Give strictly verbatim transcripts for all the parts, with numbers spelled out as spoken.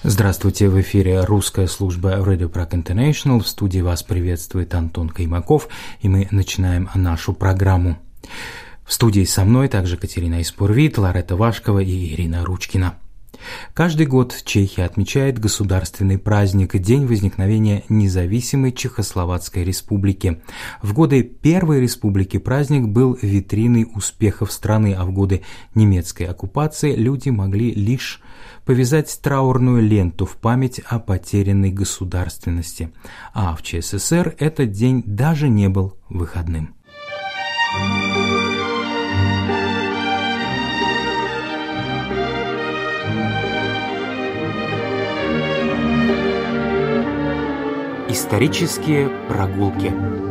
Здравствуйте, в эфире русская служба Radio Prague International. В студии вас приветствует Антон Каймаков, и мы начинаем нашу программу. В студии со мной также Катерина Испурвит, Ларета Вашкова и Ирина Ручкина. Каждый год Чехия отмечает государственный праздник – День возникновения независимой Чехословацкой Республики. В годы Первой Республики праздник был витриной успехов страны, а в годы немецкой оккупации люди могли лишь повязать траурную ленту в память о потерянной государственности. А в ЧССР этот день даже не был выходным. Исторические прогулки.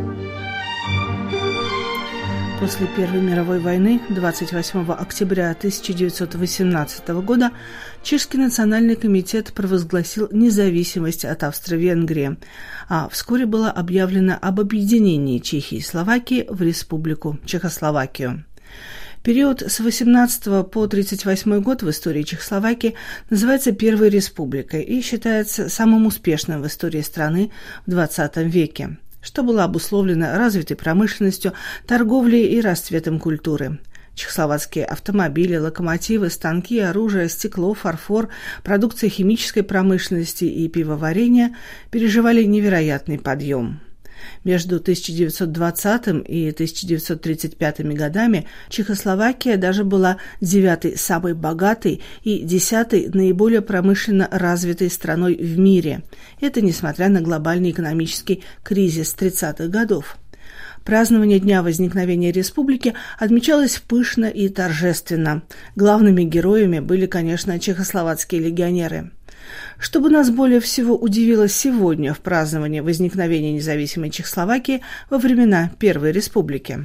После Первой мировой войны двадцать восьмого октября тысяча девятьсот восемнадцатого года Чешский национальный комитет провозгласил независимость от Австро-Венгрии, а вскоре было объявлено об объединении Чехии и Словакии в Республику Чехословакию. Период с восемнадцатого по тридцать восьмой год в истории Чехословакии называется Первой Республикой и считается самым успешным в истории страны в двадцатом веке, что было обусловлено развитой промышленностью, торговлей и расцветом культуры. Чехословацкие автомобили, локомотивы, станки, оружие, стекло, фарфор, продукция химической промышленности и пивоварения переживали невероятный подъем. Между тысяча девятьсот двадцатым и тысяча девятьсот тридцать пятым годами Чехословакия даже была девятой самой богатой и десятой наиболее промышленно развитой страной в мире. Это несмотря на глобальный экономический кризис тридцатых годов. Празднование Дня возникновения республики отмечалось пышно и торжественно. Главными героями были, конечно, чехословацкие легионеры. Что бы нас более всего удивило сегодня в праздновании возникновения независимой Чехословакии во времена Первой Республики?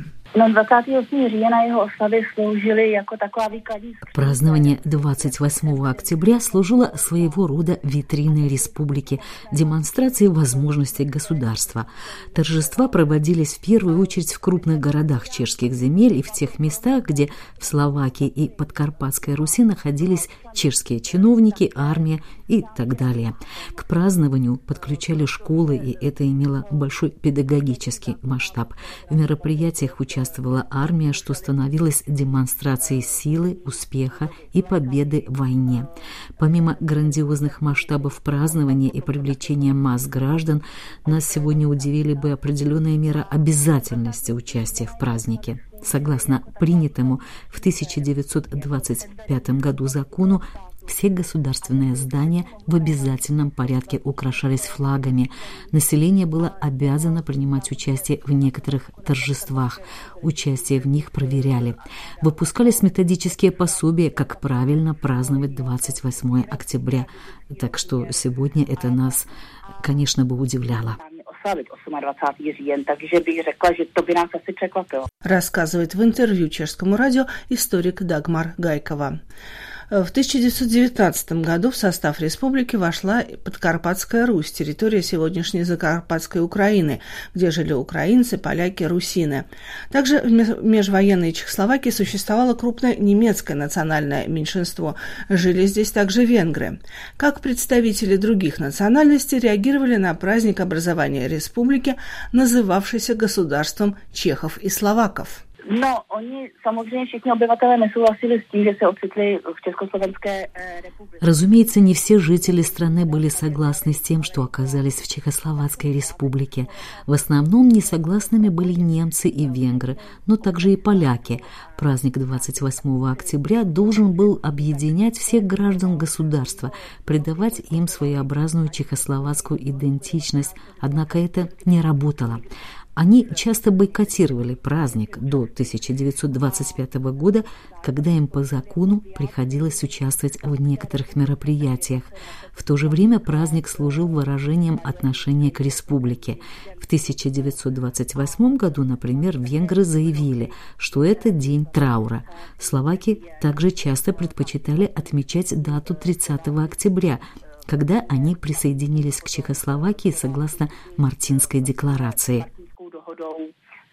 Празднование двадцать восьмого октября служило своего рода витриной республики, демонстрацией возможностей государства. Торжества проводились в первую очередь в крупных городах чешских земель и в тех местах, где в Словакии и Подкарпатской Руси находились чешские чиновники, армия и так далее. К празднованию подключали школы, и это имело большой педагогический масштаб. В мероприятиях участвовала армия, что становилось демонстрацией силы, успеха и победы в войне. Помимо грандиозных масштабов празднования и привлечения масс граждан, нас сегодня удивили бы определенная мера обязательности участия в празднике. Согласно принятому в тысяча девятьсот двадцать пятом году закону, все государственные здания в обязательном порядке украшались флагами. Население было обязано принимать участие в некоторых торжествах. Участие в них проверяли. Выпускались методические пособия, как правильно праздновать двадцать восьмое октября. Так что сегодня это нас, конечно, бы удивляло. Рассказывает в интервью чешскому радио историк Дагмар Гайкова. В тысяча девятьсот девятнадцатом году в состав республики вошла Подкарпатская Русь, территория сегодняшней Закарпатской Украины, где жили украинцы, поляки, русины. Также в межвоенной Чехословакии существовало крупное немецкое национальное меньшинство. Жили здесь также венгры. Как представители других национальностей реагировали на праздник образования республики, называвшийся государством чехов и словаков? No, oni samozřejmě všichni obyvatelé nesouhlasili s tím, že se ocitli v Československé republice. Разумеется, не все жители страны были согласны с тем, что оказались в Чехословацкой республике. В основном несогласными были немцы и венгры, но также и поляки. Праздник двадцать восьмого октября должен был объединять всех граждан государства, придавать им своеобразную чехословацкую идентичность, однако это не работало. Они часто бойкотировали праздник до тысяча девятьсот двадцать пятого года, когда им по закону приходилось участвовать в некоторых мероприятиях. В то же время праздник служил выражением отношения к республике. В тысяча девятьсот двадцать восьмом году, например, венгры заявили, что это день траура. Словаки также часто предпочитали отмечать дату тридцатого октября, когда они присоединились к Чехословакии согласно Мартинской декларации.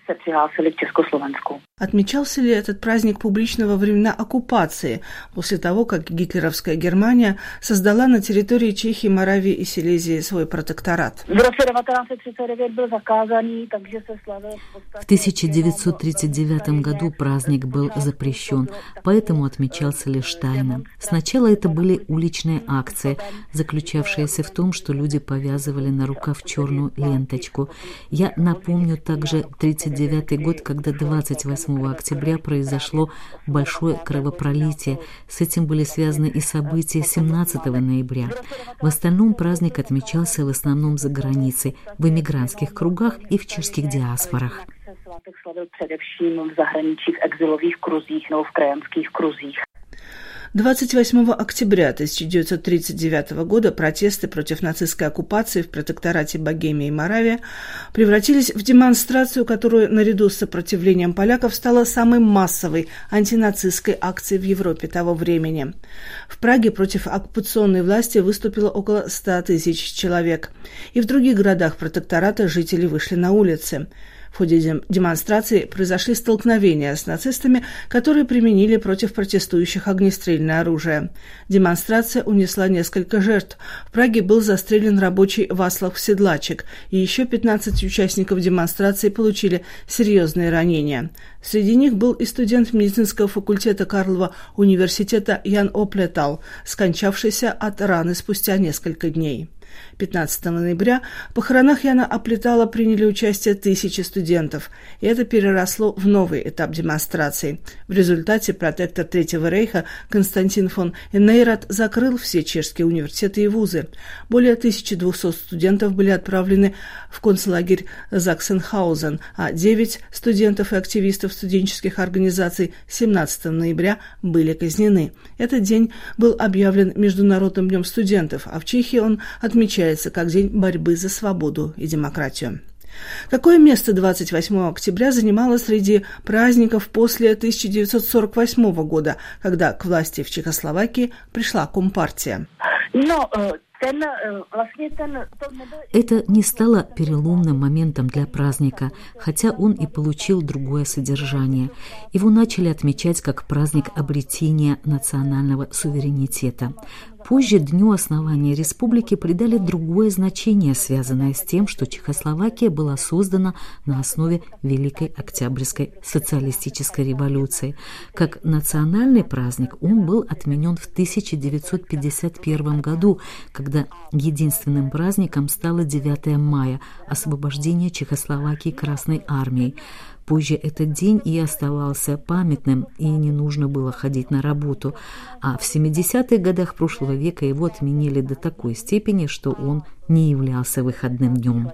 se přihlásili k Československu. Отмечался ли этот праздник публично во времена оккупации, после того, как гитлеровская Германия создала на территории Чехии, Моравии и Силезии свой протекторат? В roce devatenáct set třicet devět byl zakázaný, takže se slavil v podstatě... В тысяча девятьсот тридцать девятом году праздник был запрещен, поэтому отмечался лишь тайно. Сначала это были уличные акции, заключавшиеся в том, что люди повязывали на рукав черную ленточку. Я напомню также тридцать девятый год, когда двадцать восьмого октября произошло большое кровопролитие. С этим были связаны и события семнадцатого ноября. В остальном праздник отмечался в основном за границей, в эмигрантских кругах и в чешских диаспорах. Svátek slavil především v zahraničí, v exilových kruzích nebo v krajanských kruzích. двадцать восьмого октября тысяча девятьсот тридцать девятого года протесты против нацистской оккупации в протекторате Богемия и Моравия превратились в демонстрацию, которая наряду с сопротивлением поляков стала самой массовой антинацистской акцией в Европе того времени. В Праге против оккупационной власти выступило около ста тысяч человек, и в других городах протектората жители вышли на улицы. В ходе демонстрации произошли столкновения с нацистами, которые применили против протестующих огнестрельное оружие. Демонстрация унесла несколько жертв. В Праге был застрелен рабочий Васлав Седлачек, и еще пятнадцать участников демонстрации получили серьезные ранения. Среди них был и студент медицинского факультета Карлова университета Ян Оплетал, скончавшийся от раны спустя несколько дней. пятнадцатого ноября в похоронах Яна Оплетала приняли участие тысячи студентов, и это переросло в новый этап демонстраций. В результате протектор Третьего рейха Константин фон Энейрат закрыл все чешские университеты и вузы. Более тысячи двухсот студентов были отправлены в концлагерь Заксенхаузен, а девять студентов и активистов студенческих организаций семнадцатого ноября были казнены. Этот день был объявлен Международным днем студентов, а в Чехии он отмечается как День борьбы за свободу и демократию. Какое место двадцать восьмого октября занимало среди праздников после тысяча девятьсот сорок восьмого года, когда к власти в Чехословакии пришла Компартия? No, ten, vlastně ten, to Это не стало переломным моментом для праздника, хотя он и получил другое содержание. Его начали отмечать как праздник обретения национального суверенитета. Позже дню основания республики придали другое значение, связанное с тем, что Чехословакия была создана на основе Великой Октябрьской социалистической революции. Как национальный праздник он был отменен в тысяча девятьсот пятьдесят первом году, когда единственным праздником стало девятое мая, освобождение Чехословакии Красной армией. Позже этот день и оставался памятным, и не нужно было ходить на работу. А в семидесятых годах прошлого века его отменили до такой степени, что он не являлся выходным днем.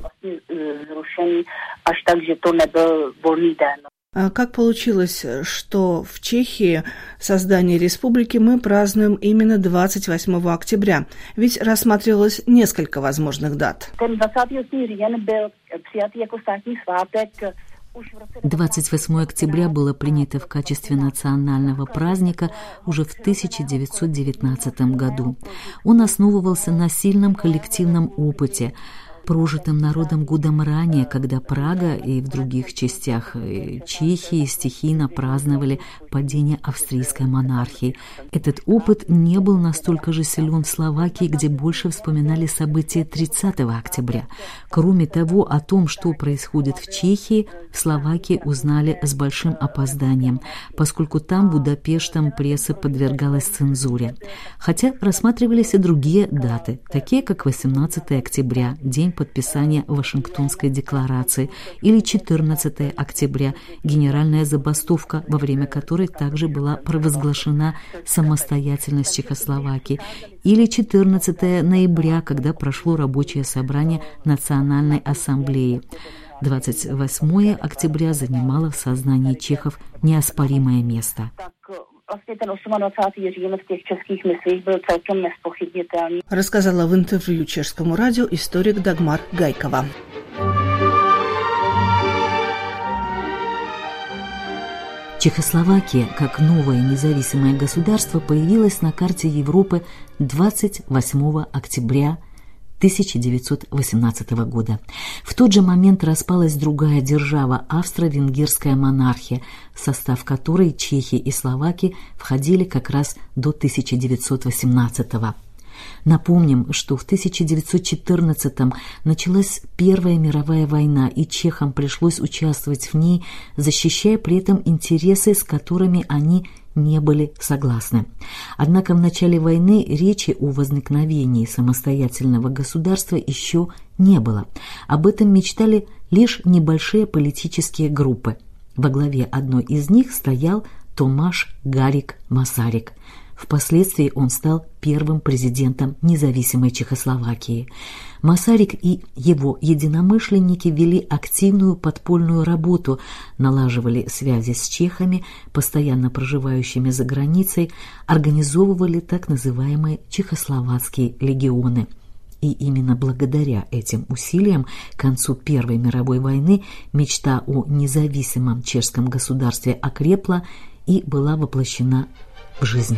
Как получилось, что в Чехии создание республики мы празднуем именно двадцать восьмого октября? Ведь рассматривалось несколько возможных дат. двадцать восьмого октября было принято в качестве национального праздника уже в тысяча девятьсот девятнадцатом году. Он основывался на сильном коллективном опыте, прожитым народом годом ранее, когда Прага и в других частях Чехии стихийно праздновали падение австрийской монархии. Этот опыт не был настолько же силен в Словакии, где больше вспоминали события тридцатого октября. Кроме того, о том, что происходит в Чехии, в Словакии узнали с большим опозданием, поскольку там Будапештом пресса подвергалась цензуре. Хотя рассматривались и другие даты, такие как восемнадцатого октября, день подписания Вашингтонской декларации, или четырнадцатого октября, генеральная забастовка, во время которой также была провозглашена самостоятельность Чехословакии, или четырнадцатого ноября, когда прошло рабочее собрание Национальной ассамблеи. двадцать восьмого октября занимало в сознании чехов неоспоримое место. Рассказала в интервью чешскому радио историк Дагмар Гайкова. Чехословакия, как новое независимое государство, появилась на карте Европы двадцать восьмого октября тысяча девятьсот восемнадцатого года. В тот же момент распалась другая держава – австро-венгерская монархия, в состав которой чехи и словаки входили как раз до тысяча девятьсот восемнадцатого. Напомним, что в тысяча девятьсот четырнадцатом началась Первая мировая война, и чехам пришлось участвовать в ней, защищая при этом интересы, с которыми они не были согласны. Однако в начале войны речи о возникновении самостоятельного государства еще не было. Об этом мечтали лишь небольшие политические группы. Во главе одной из них стоял Томаш Гарик Масарик. Впоследствии он стал первым президентом независимой Чехословакии. Масарик и его единомышленники вели активную подпольную работу, налаживали связи с чехами, постоянно проживающими за границей, организовывали так называемые чехословацкие легионы. И именно благодаря этим усилиям к концу Первой мировой войны мечта о независимом чешском государстве окрепла и была воплощена в жизнь.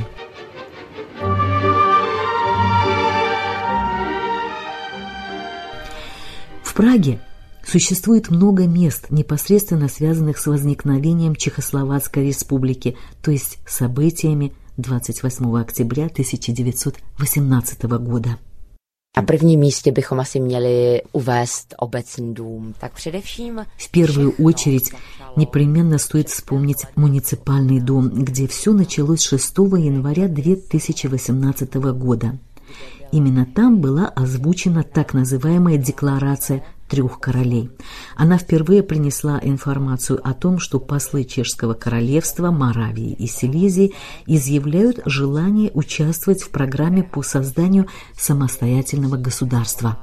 В Праге существует много мест, непосредственно связанных с возникновением Чехословацкой республики, то есть событиями двадцать восьмого октября тысяча девятьсот восемнадцатого года. На prvním místě bychom asi měli uvést obecní dům. Так především в первую очередь непременно стоит вспомнить муниципальный дом, где все началось шестого января две тысячи восемнадцатого года. Именно там была озвучена так называемая Декларация трех королей. Она впервые принесла информацию о том, что послы Чешского королевства, Моравии и Силезии изъявляют желание участвовать в программе по созданию самостоятельного государства.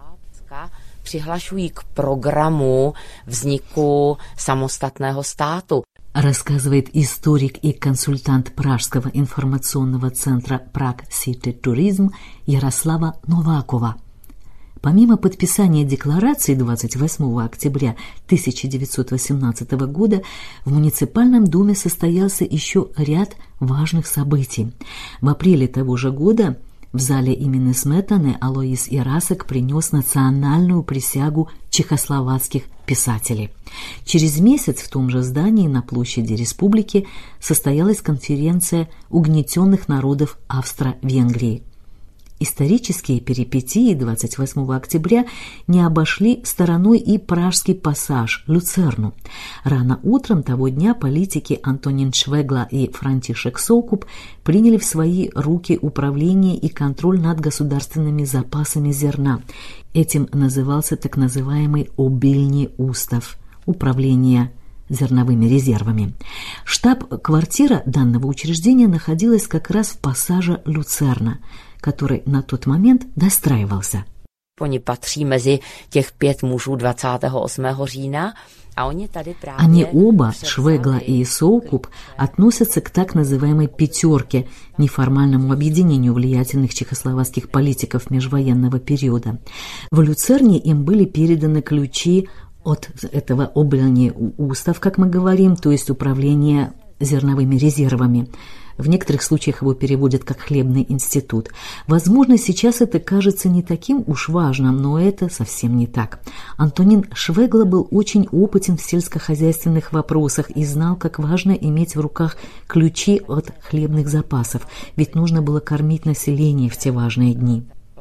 Přihlašují k programu vzniku samostatného státu. Рассказывает историк и консультант Пражского информационного центра Prague City Tourism Ярослава Новакова. Помимо подписания декларации двадцать восьмого октября тысяча девятьсот восемнадцатого года в муниципальном доме состоялся еще ряд важных событий. В апреле того же года в зале имени Сметаны Алоис Ирасек принес национальную присягу чехословацких писателей. Через месяц в том же здании на площади Республики состоялась конференция угнетенных народов Австро-Венгрии. Исторические перипетии двадцать восьмого октября не обошли стороной и Пражский пассаж, Люцерну. Рано утром того дня политики Антонин Швегла и Франтишек Соукуп приняли в свои руки управление и контроль над государственными запасами зерна. Этим назывался так называемый «обильный устав» – управление зерновыми резервами. Штаб-квартира данного учреждения находилась как раз в пассаже Люцерна, который на тот момент достраивался. Они patří mezi těch pět mužů двадцатого восьмого října, а они tady právě Они оба, Швегла и Соукуп, относятся к так называемой «пятерке», неформальному объединению влиятельных чехословацких политиков межвоенного периода. В Люцерне им были переданы ключи от этого обильный устав, как мы говорим, то есть управление зерновыми резервами. В некоторых случаях его переводят как «хлебный институт». Возможно, сейчас это кажется не таким уж важным, но это совсем не так. Антонин Швегла был очень опытен в сельскохозяйственных вопросах и знал, как важно иметь в руках ключи от хлебных запасов, ведь нужно было кормить население в те важные дни.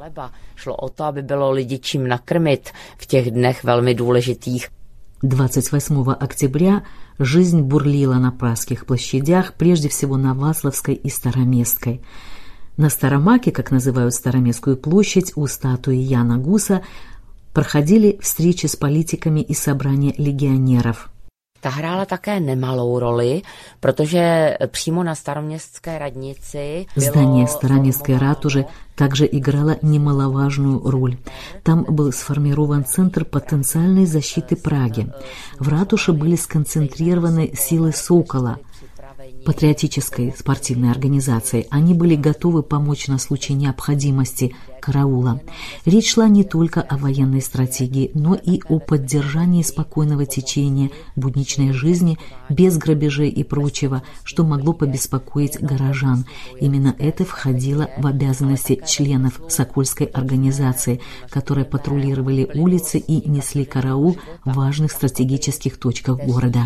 Šlo o to, aby bylo lidi čím nakrmit v těch dnech velmi důležitých. двадцать восьмого октября жизнь бурлила на пражских площадях, прежде всего на Вацлавской и Староместской. На Старомаке, как называют Староместскую площадь, у статуи Яна Гуса проходили встречи с политиками и собрания легионеров. Ta hrála také nemalou roli, protože přímo na Staroměstské radnici Здание Староместской ратуши также играло немаловажную роль. Там был сформирован Центр потенциальной защиты Праги. В ратуше были сконцентрированы силы Сокола. патриотической спортивной организацией, они были готовы помочь на случай необходимости караула. Речь шла не только о военной стратегии, но и о поддержании спокойного течения будничной жизни, без грабежей и прочего, что могло побеспокоить горожан. Именно это входило в обязанности членов Сокольской организации, которые патрулировали улицы и несли караул в важных стратегических точках города.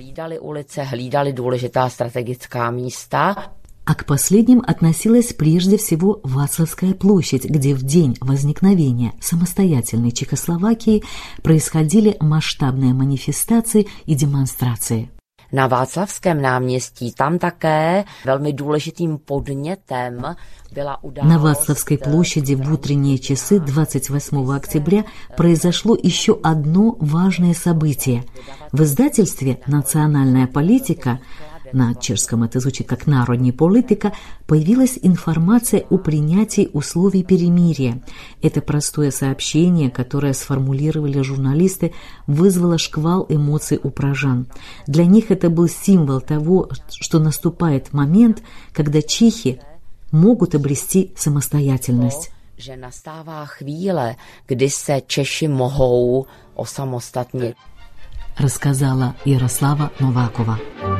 А к последним относилась прежде всего Вацлавская площадь, где в день возникновения самостоятельной Чехословакии происходили масштабные манифестации и демонстрации. Na Václavském náměstí tam také velmi důležitým podnětem byla událost. На Вацлавской площади в утренние часы двадцать восьмого октября произошло еще одно важное событие. В издательстве «Национальная политика», на чешском это звучит как «Народní politika», появилась информация о принятии условий перемирия. Это простое сообщение, которое сформулировали журналисты, вызвало шквал эмоций у пражан. Для них это был символ того, что наступает момент, когда чехи могут обрести самостоятельность. Že nastává chvíle, kdy se Češi mohou osamostatnit, рассказала Ярослава Новакова.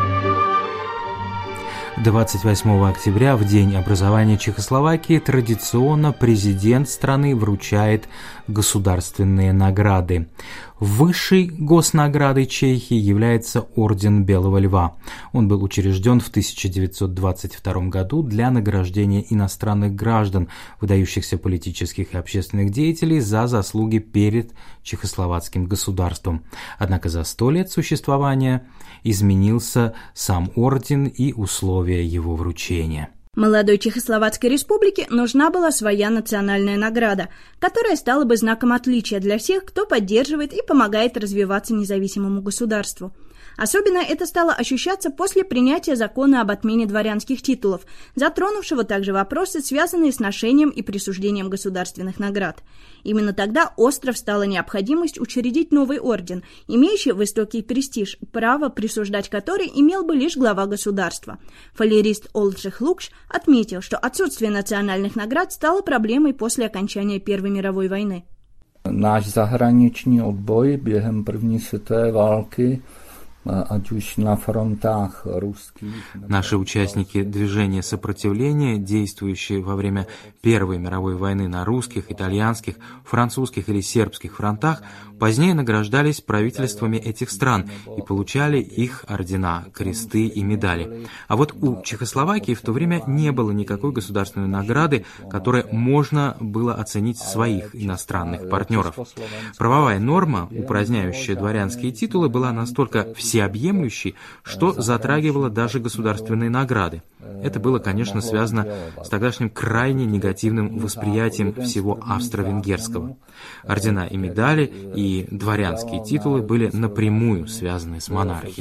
двадцать восьмого октября, в день образования Чехословакии, традиционно президент страны вручает государственные награды. Высшей госнаградой Чехии является Орден Белого Льва. Он был учрежден в тысяча девятьсот двадцать втором году для награждения иностранных граждан, выдающихся политических и общественных деятелей за заслуги перед чехословацким государством. Однако за сто лет существования изменился сам орден и условия его вручения. Молодой Чехословацкой республике нужна была своя национальная награда, которая стала бы знаком отличия для всех, кто поддерживает и помогает развиваться независимому государству. Особенно это стало ощущаться после принятия закона об отмене дворянских титулов, затронувшего также вопросы, связанные с ношением и присуждением государственных наград. Именно тогда остро встала необходимость учредить новый орден, имеющий высокий престиж, право присуждать который имел бы лишь глава государства. Фалерист Олджих Лукш отметил, что отсутствие национальных наград стало проблемой после окончания Первой мировой войны. Náš zahraniční odboj během první světové války, ať už na frontách ruských. Наши участники движения сопротивления, действующие во время Первой мировой войны на русских, итальянских, французских или сербских фронтах, позднее награждались правительствами этих стран и получали их ордена, кресты и медали. А вот у Чехословакии в то время не было никакой государственной награды, которой можно было оценить своих иностранных партнеров. Правовая норма, упраздняющая дворянские титулы, была настолько всеобъемлющей, что затрагивала даже государственные награды. Это было, конечно, связано с тогдашним крайне негативным восприятием всего австро-венгерского. Ордена и медали и дворянские титулы были напрямую связаны с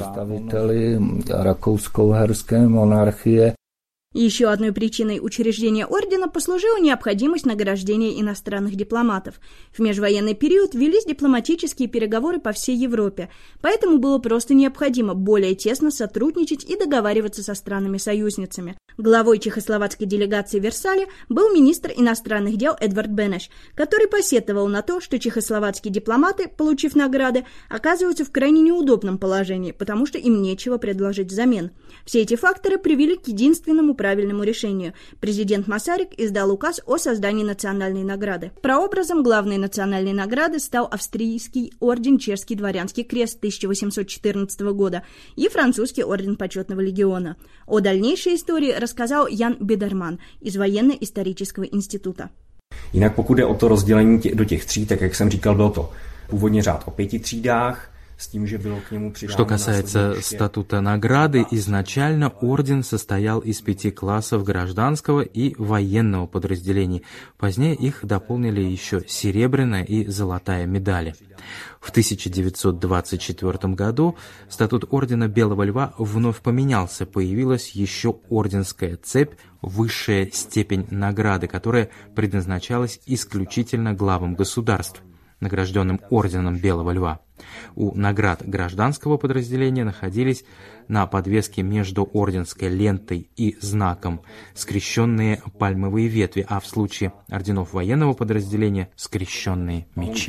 монархией. Еще одной причиной учреждения ордена послужила необходимость награждения иностранных дипломатов. В межвоенный период велись дипломатические переговоры по всей Европе, поэтому было просто необходимо более тесно сотрудничать и договариваться со странами-союзницами. Главой чехословацкой делегации в Версале был министр иностранных дел Эдвард Бенеш, который посетовал на то, что чехословацкие дипломаты, получив награды, оказываются в крайне неудобном положении, потому что им нечего предложить взамен. Все эти факторы привели к единственному правильному решению. Президент Масарик издал указ о создании национальной награды. Прообразом главной национальной награды стал австрийский орден Чешский дворянский крест тысяча восемьсот четырнадцатого года и французский орден почетного легиона. О дальнейшей истории рассказал Ян Бидерман из военно-исторического института. Jinak pokud jde o to rozdělení tě, do těch tří, tak jak jsem říkal, byl to původně řád o pěti třídách. Что касается статута награды, изначально орден состоял из пяти классов гражданского и военного подразделений. Позднее их дополнили еще серебряная и золотая медали. В тысяча девятьсот двадцать четвёртом году статут ордена Белого Льва вновь поменялся. Появилась еще орденская цепь, высшая степень награды, которая предназначалась исключительно главам государств. награжденным орденом Белого Льва. У наград гражданского подразделения находились на подвеске между орденской лентой и знаком скрещенные пальмовые ветви, а в случае орденов военного подразделения скрещенные мечи.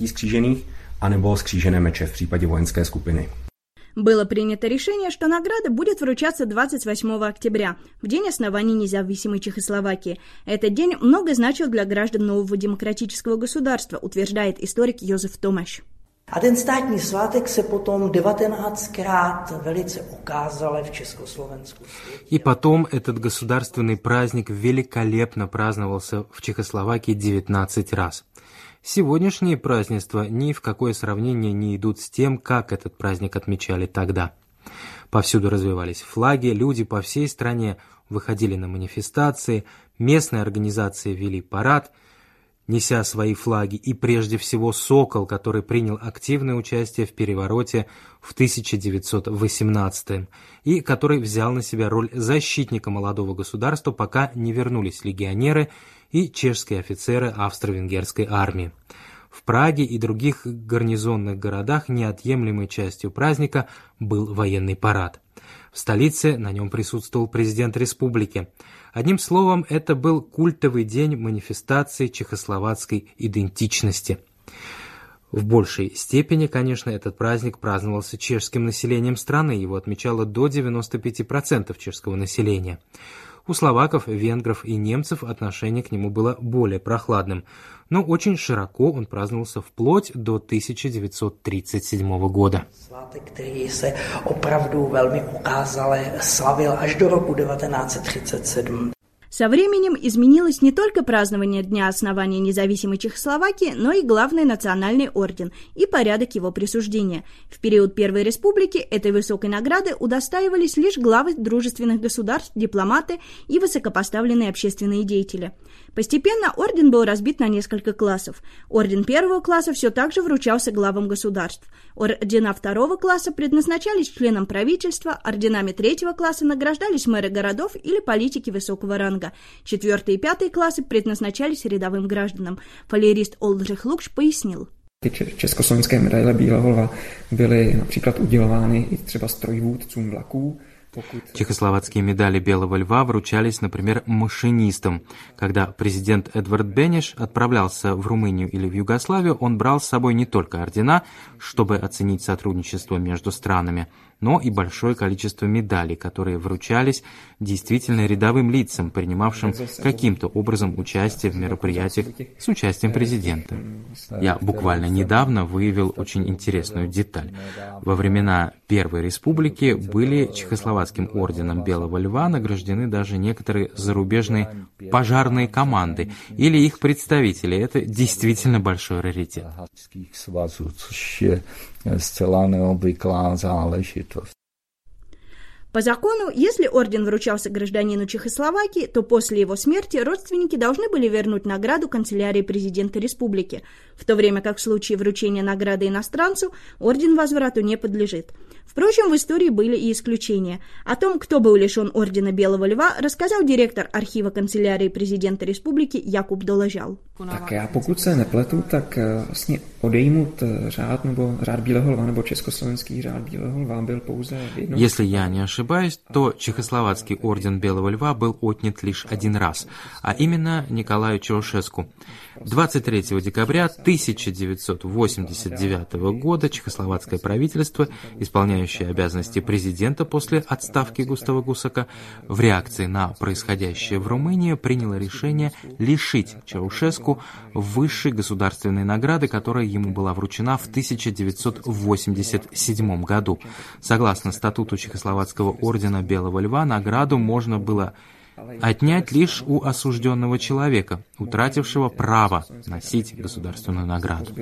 Anebo skřížené meče v případě vojenské skupiny. Было принято решение, что награда будет вручаться двадцать восьмого октября, в день основания независимой Чехословакии. Этот день много значил для граждан нового демократического государства, утверждает историк Josef Tomáš. A ten státní svátek se potom devatenáctkrát velice ukázal v Československu. И потом этот государственный праздник великолепно праздновался в Чехословакии девятнадцать раз. Сегодняшние празднества ни в какое сравнение не идут с тем, как этот праздник отмечали тогда. Повсюду развивались флаги, люди по всей стране выходили на манифестации, местные организации вели парад, неся свои флаги, и прежде всего «Сокол», который принял активное участие в перевороте в тысяча девятьсот восемнадцатом и который взял на себя роль защитника молодого государства, пока не вернулись легионеры и чешские офицеры австро-венгерской армии. В Праге и других гарнизонных городах неотъемлемой частью праздника был военный парад. В столице на нем присутствовал президент республики. Одним словом, это был культовый день манифестации чехословацкой идентичности. В большей степени, конечно, этот праздник праздновался чешским населением страны, его отмечало до девяноста пяти процентов чешского населения. У словаков, венгров и немцев отношение к нему было более прохладным, но очень широко он праздновался вплоть до тысяча девятьсот тридцать седьмого года. Svátek, který se opravdu velmi ukázale slavil až do roku devatenáct set třicet sedm. Со временем изменилось не только празднование Дня основания независимой Чехословакии, но и главный национальный орден и порядок его присуждения. В период Первой Республики этой высокой награды удостаивались лишь главы дружественных государств, дипломаты и высокопоставленные общественные деятели. Постепенно орден был разбит на несколько классов. Орден первого класса все так же вручался главам государств. Ордена второго класса предназначались членам правительства, орденами третьего класса награждались мэры городов или политики высокого ранга. Четвертый и пятый классы предназначались рядовым гражданам. Фалерист Олдрих Лукш пояснил. Československé medaile Bílého lva byly například udělovány i třeba strojvůdcům vlaků. Чехословацкие медали Белого Льва вручались, например, машинистам. Когда президент Эдвард Бенеш отправлялся в Румынию или в Югославию, он брал с собой не только ордена, чтобы оценить сотрудничество между странами, но и большое количество медалей, которые вручались действительно рядовым лицам, принимавшим каким-то образом участие в мероприятиях с участием президента. Я буквально недавно выявил очень интересную деталь. Во времена Первой Республики были чехословацким орденом Белого Льва награждены даже некоторые зарубежные пожарные команды или их представители. Это действительно большой раритет. По закону, если орден вручался гражданину Чехословакии, то после его смерти родственники должны были вернуть награду канцелярии президента республики, в то время как в случае вручения награды иностранцу орден возврату не подлежит. Впрочем, в истории были и исключения. О том, кто был лишен ордена Белого Льва, рассказал директор архива канцелярии президента республики Jakub Doležal. Tak já pokud se nepletu, tak vlastně odejmut řád nebo řád Bílého Lva nebo československý řád Bílého Lva byl pouze jednou. Если я не ошибаюсь, то чехословацкий орден Белого Льва был отнят лишь один раз, а именно Николаю Чаушеску. двадцать третьего декабря тысяча девятьсот восемьдесят девятого года чехословацкое правительство, исполняющее обязанности президента после отставки Густава Гусака, в реакции на происходящее в Румынии приняло решение лишить Чаушеску высшей государственной награды, которая ему была вручена в тысяча девятьсот восемьдесят седьмом году. Согласно статуту Чехословацкого ордена Белого Льва, награду можно было отнять лишь у осужденного человека, утратившего право носить государственную награду.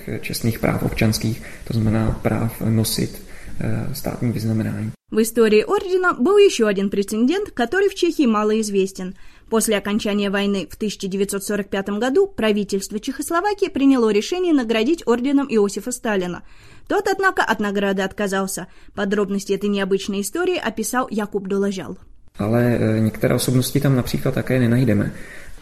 В истории ордена был еще один прецедент, который в Чехии малоизвестен. После окончания войны в тысяча девятьсот сорок пятом году правительство Чехословакии приняло решение наградить орденом Иосифа Сталина. Тот, однако, от награды отказался. Подробности этой необычной истории описал Jakub Doležal. Ale některé osobnosti tam například také nenajdeme.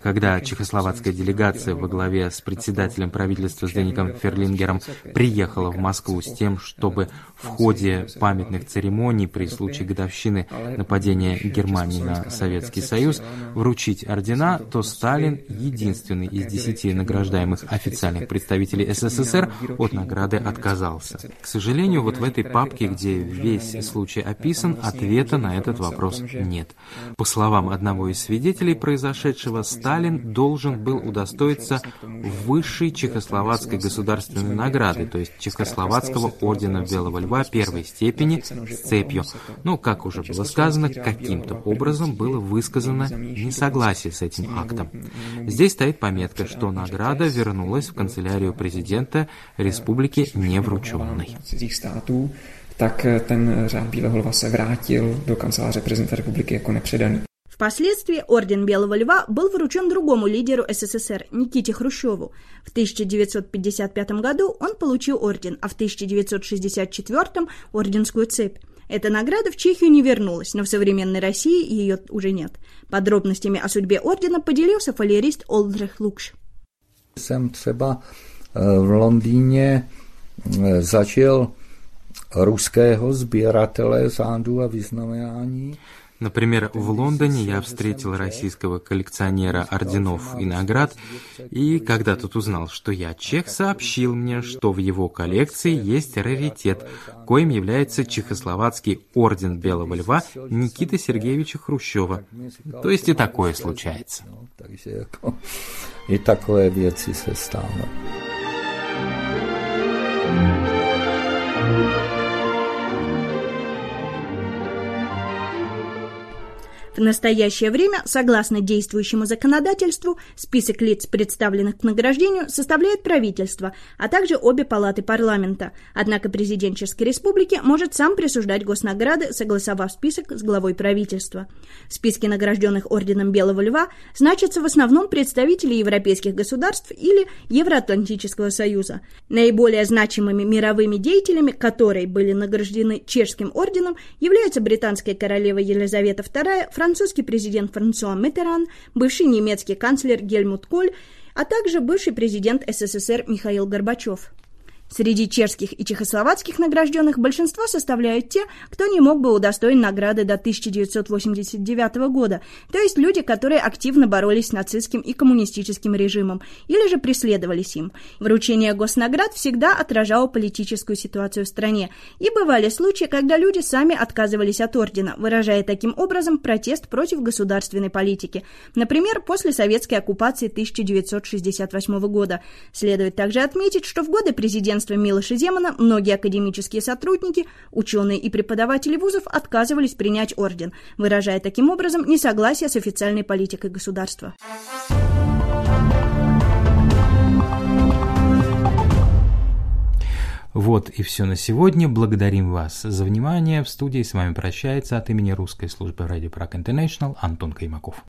Когда чехословацкая делегация во главе с председателем правительства Зdeňkom Ferlingером приехала в Москву с тем, чтобы в ходе памятных церемоний при случае годовщины нападения Германии на Советский Союз вручить ордена, то Сталин, единственный из десяти награждаемых официальных представителей СССР, от награды отказался. К сожалению, вот в этой папке, где весь случай описан, ответа на этот вопрос нет. По словам одного из свидетелей произошедшего, Сталин должен был удостоиться высшей чехословацкой государственной награды, то есть Чехословацкого ордена Белого Льва первой степени с цепью. Но, как уже было сказано, каким-то образом было высказано несогласие с этим актом. Здесь стоит пометка, что награда вернулась в канцелярию президента республики неврученной. Tak ten řád Bílého lva se vrátil do kanceláře prezidenta republiky jako nepředaný. Впоследствии орден Белого Льва был вручен другому лидеру СССР, Никите Хрущеву. В тысяча девятьсот пятьдесят пятом году он получил орден, а в тысяча девятьсот шестьдесят четвёртом – орденскую цепь. Эта награда в Чехию не вернулась, но в современной России ее уже нет. Подробностями о судьбе ордена поделился фолиерист Олдрих Лукш. Jsem třeba v Londýně začal ruského sběratele řádu a vyznamenání. Например, в Лондоне я встретил российского коллекционера орденов и наград, и когда тот узнал, что я чех, сообщил мне, что в его коллекции есть раритет, коим является чехословацкий орден Белого Льва Никиты Сергеевича Хрущева. То есть и такое случается. И такое věci se stává. В настоящее время, согласно действующему законодательству, список лиц, представленных к награждению, составляет правительство, а также обе палаты парламента. Однако президент Чешской Республики может сам присуждать госнаграды, согласовав список с главой правительства. В списке награжденных орденом Белого Льва значатся в основном представители европейских государств или Евроатлантического союза. Наиболее значимыми мировыми деятелями, которые были награждены чешским орденом, являются британская королева Елизавета вторая, французский президент Франсуа Миттеран, бывший немецкий канцлер Гельмут Коль, а также бывший президент СССР Михаил Горбачев. Среди чешских и чехословацких награжденных большинство составляют те, кто не мог бы удостоен награды до тысяча девятьсот восемьдесят девятого года, то есть люди, которые активно боролись с нацистским и коммунистическим режимом или же преследовались им. Вручение госнаград всегда отражало политическую ситуацию в стране, и бывали случаи, когда люди сами отказывались от ордена, выражая таким образом протест против государственной политики. Например, после советской оккупации тысяча девятьсот шестьдесят восьмого года. Следует также отметить, что в годы президентства Милоша Земана многие академические сотрудники, ученые и преподаватели вузов отказывались принять орден, выражая таким образом несогласие с официальной политикой государства. Вот и все на сегодня. Благодарим вас за внимание. В студии с вами прощается от имени русской службы Radio Prague International Антон Каймаков.